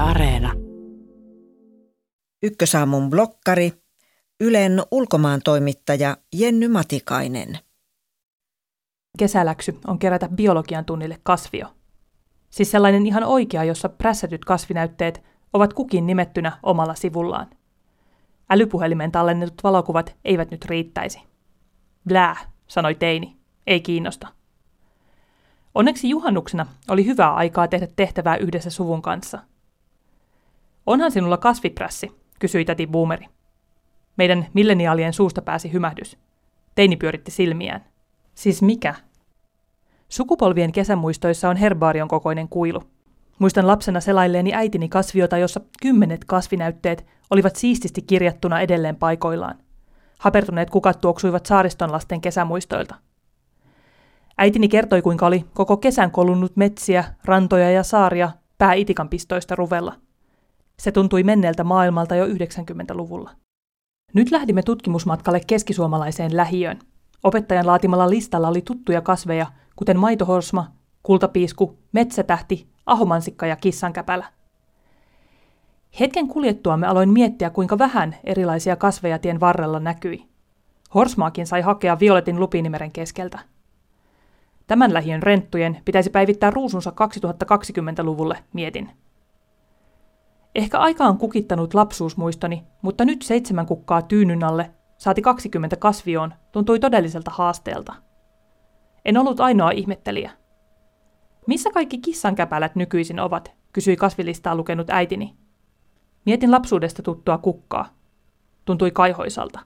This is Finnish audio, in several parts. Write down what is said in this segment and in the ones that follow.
Areena. Ykkösaamun blokkari, Ylen ulkomaantoimittaja Jenny Matikainen. Kesäläksy on kerätä biologian tunnille kasvio. Siis sellainen ihan oikea, jossa prässätyt kasvinäytteet ovat kukin nimettynä omalla sivullaan. Älypuhelimeen tallennetut valokuvat eivät nyt riittäisi. Blää, sanoi teini. Ei kiinnosta. Onneksi juhannuksena oli hyvää aikaa tehdä tehtävää yhdessä suvun kanssa. Onhan sinulla kasviprässi, kysyi täti Boomeri. Meidän milleniaalien suusta pääsi hymähdys. Teini pyöritti silmiään. Siis mikä? Sukupolvien kesämuistoissa on herbaarion kokoinen kuilu. Muistan lapsena selailleeni äitini kasviota, jossa 10 kasvinäytteet olivat siististi kirjattuna edelleen paikoillaan. Hapertuneet kukat tuoksuivat saariston lasten kesämuistoilta. Äitini kertoi, kuinka oli koko kesän kolunnut metsiä, rantoja ja saaria pääitikan pistoista ruvella. Se tuntui menneeltä maailmalta jo 90-luvulla. Nyt lähdimme tutkimusmatkalle keskisuomalaiseen lähiöön. Opettajan laatimalla listalla oli tuttuja kasveja, kuten maitohorsma, kultapiisku, metsätähti, ahomansikka ja kissankäpälä. Hetken kuljettuamme aloin miettiä, kuinka vähän erilaisia kasveja tien varrella näkyi. Horsmaakin sai hakea violetin lupiinimeren keskeltä. Tämän lähiön renttujen pitäisi päivittää ruusunsa 2020-luvulle, mietin. Ehkä aika on kukittanut lapsuusmuistoni, mutta nyt 7 kukkaa tyynyn alle, saati 20 kasvioon, tuntui todelliselta haasteelta. En ollut ainoa ihmettelijä. Missä kaikki kissankäpälät nykyisin ovat, kysyi kasvilistaa lukenut äitini. Mietin lapsuudesta tuttua kukkaa. Tuntui kaihoisalta.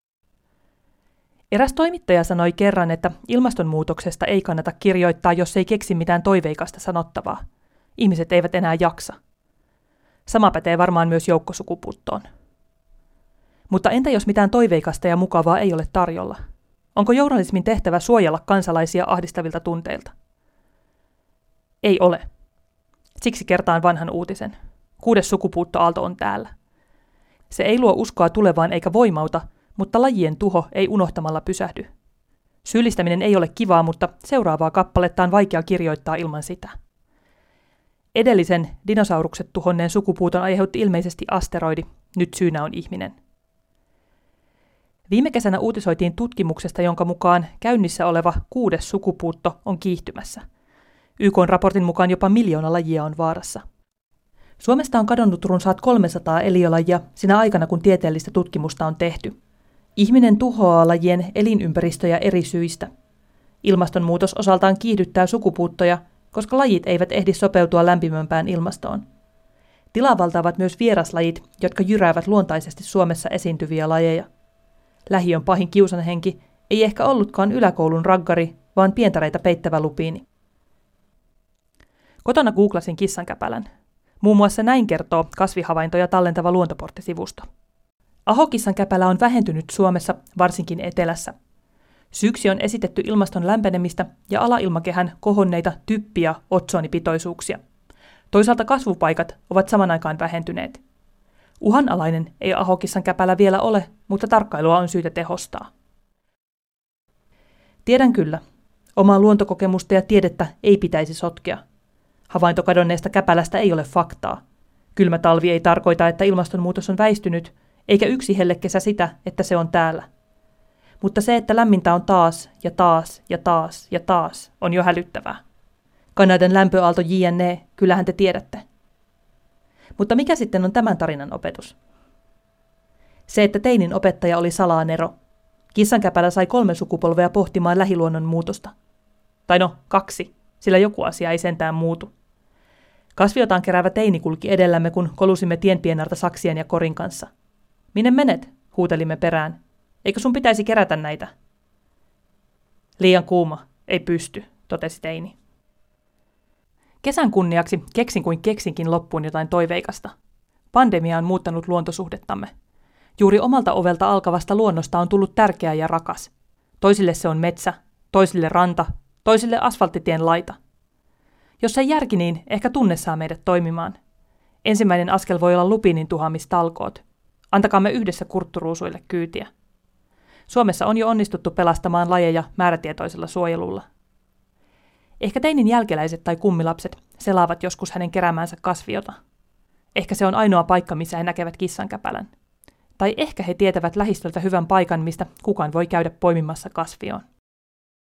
Eräs toimittaja sanoi kerran, että ilmastonmuutoksesta ei kannata kirjoittaa, jos ei keksi mitään toiveikasta sanottavaa. Ihmiset eivät enää jaksa. Sama pätee varmaan myös joukkosukupuuttoon. Mutta entä jos mitään toiveikasta ja mukavaa ei ole tarjolla? Onko journalismin tehtävä suojella kansalaisia ahdistavilta tunteilta? Ei ole. Siksi kertaan vanhan uutisen. 6. sukupuuttoaalto on täällä. Se ei luo uskoa tulevaan eikä voimauta, mutta lajien tuho ei unohtamalla pysähdy. Syyllistäminen ei ole kivaa, mutta seuraavaa kappaletta on vaikea kirjoittaa ilman sitä. Edellisen dinosaurukset tuhonneen sukupuuton aiheutti ilmeisesti asteroidi, nyt syynä on ihminen. Viime kesänä uutisoitiin tutkimuksesta, jonka mukaan käynnissä oleva 6. sukupuutto on kiihtymässä. YK:n raportin mukaan jopa 1 miljoona lajia on vaarassa. Suomesta on kadonnut runsaat 300 eliölajia sinä aikana, kun tieteellistä tutkimusta on tehty. Ihminen tuhoaa lajien elinympäristöjä eri syistä. Ilmastonmuutos osaltaan kiihdyttää sukupuuttoja, koska lajit eivät ehdi sopeutua lämpimämpään ilmastoon. Tilaa valtaavat myös vieraslajit, jotka jyräävät luontaisesti Suomessa esiintyviä lajeja. Lähiön pahin kiusanhenki ei ehkä ollutkaan yläkoulun raggari, vaan pientareita peittävä lupiini. Kotona googlasin kissankäpälän. Muun muassa näin kertoo kasvihavaintoja tallentava luontoporttisivusto. Ahokissankäpälä on vähentynyt Suomessa, varsinkin etelässä. Syyksi on esitetty ilmaston lämpenemistä ja alailmakehän kohonneita typpi- ja otsonipitoisuuksia. Toisaalta kasvupaikat ovat saman aikaan vähentyneet. Uhanalainen ei ahokissankäpälä vielä ole, mutta tarkkailua on syytä tehostaa. Tiedän kyllä. Omaa luontokokemusta ja tiedettä ei pitäisi sotkea. Havainto kadonneesta käpälästä ei ole faktaa. Kylmä talvi ei tarkoita, että ilmastonmuutos on väistynyt, eikä yksi hellekesä sitä, että se on täällä. Mutta se, että lämmintä on taas ja taas ja taas ja taas, on jo hälyttävää. Kanadan lämpöaalto JNE, kyllähän te tiedätte. Mutta mikä sitten on tämän tarinan opetus? Se, että teinin opettaja oli salaanero. Kissankäpälä sai 3 sukupolvea pohtimaan lähiluonnon muutosta. Tai no, 2, sillä joku asia ei sentään muutu. Kasviotaan keräävä teini kulki edellämme, kun kolusimme tienpienarta saksien ja korin kanssa. Minne menet? Huutelimme perään. Eikö sun pitäisi kerätä näitä? Liian kuuma, ei pysty, totesi teini. Kesän kunniaksi keksin kuin keksinkin loppuun jotain toiveikasta. Pandemia on muuttanut luontosuhdettamme. Juuri omalta ovelta alkavasta luonnosta on tullut tärkeä ja rakas. Toisille se on metsä, toisille ranta, toisille asfalttitien laita. Jos ei järki, niin ehkä tunne saa meidät toimimaan. Ensimmäinen askel voi olla lupiinin tuhaamistalkoot. Antakaamme yhdessä kurtturuusuille kyytiä. Suomessa on jo onnistuttu pelastamaan lajeja määrätietoisella suojelulla. Ehkä teinin jälkeläiset tai kummilapset selaavat joskus hänen keräämäänsä kasviota. Ehkä se on ainoa paikka, missä he näkevät kissankäpälän. Tai ehkä he tietävät lähistöltä hyvän paikan, mistä kukaan voi käydä poimimassa kasvioon.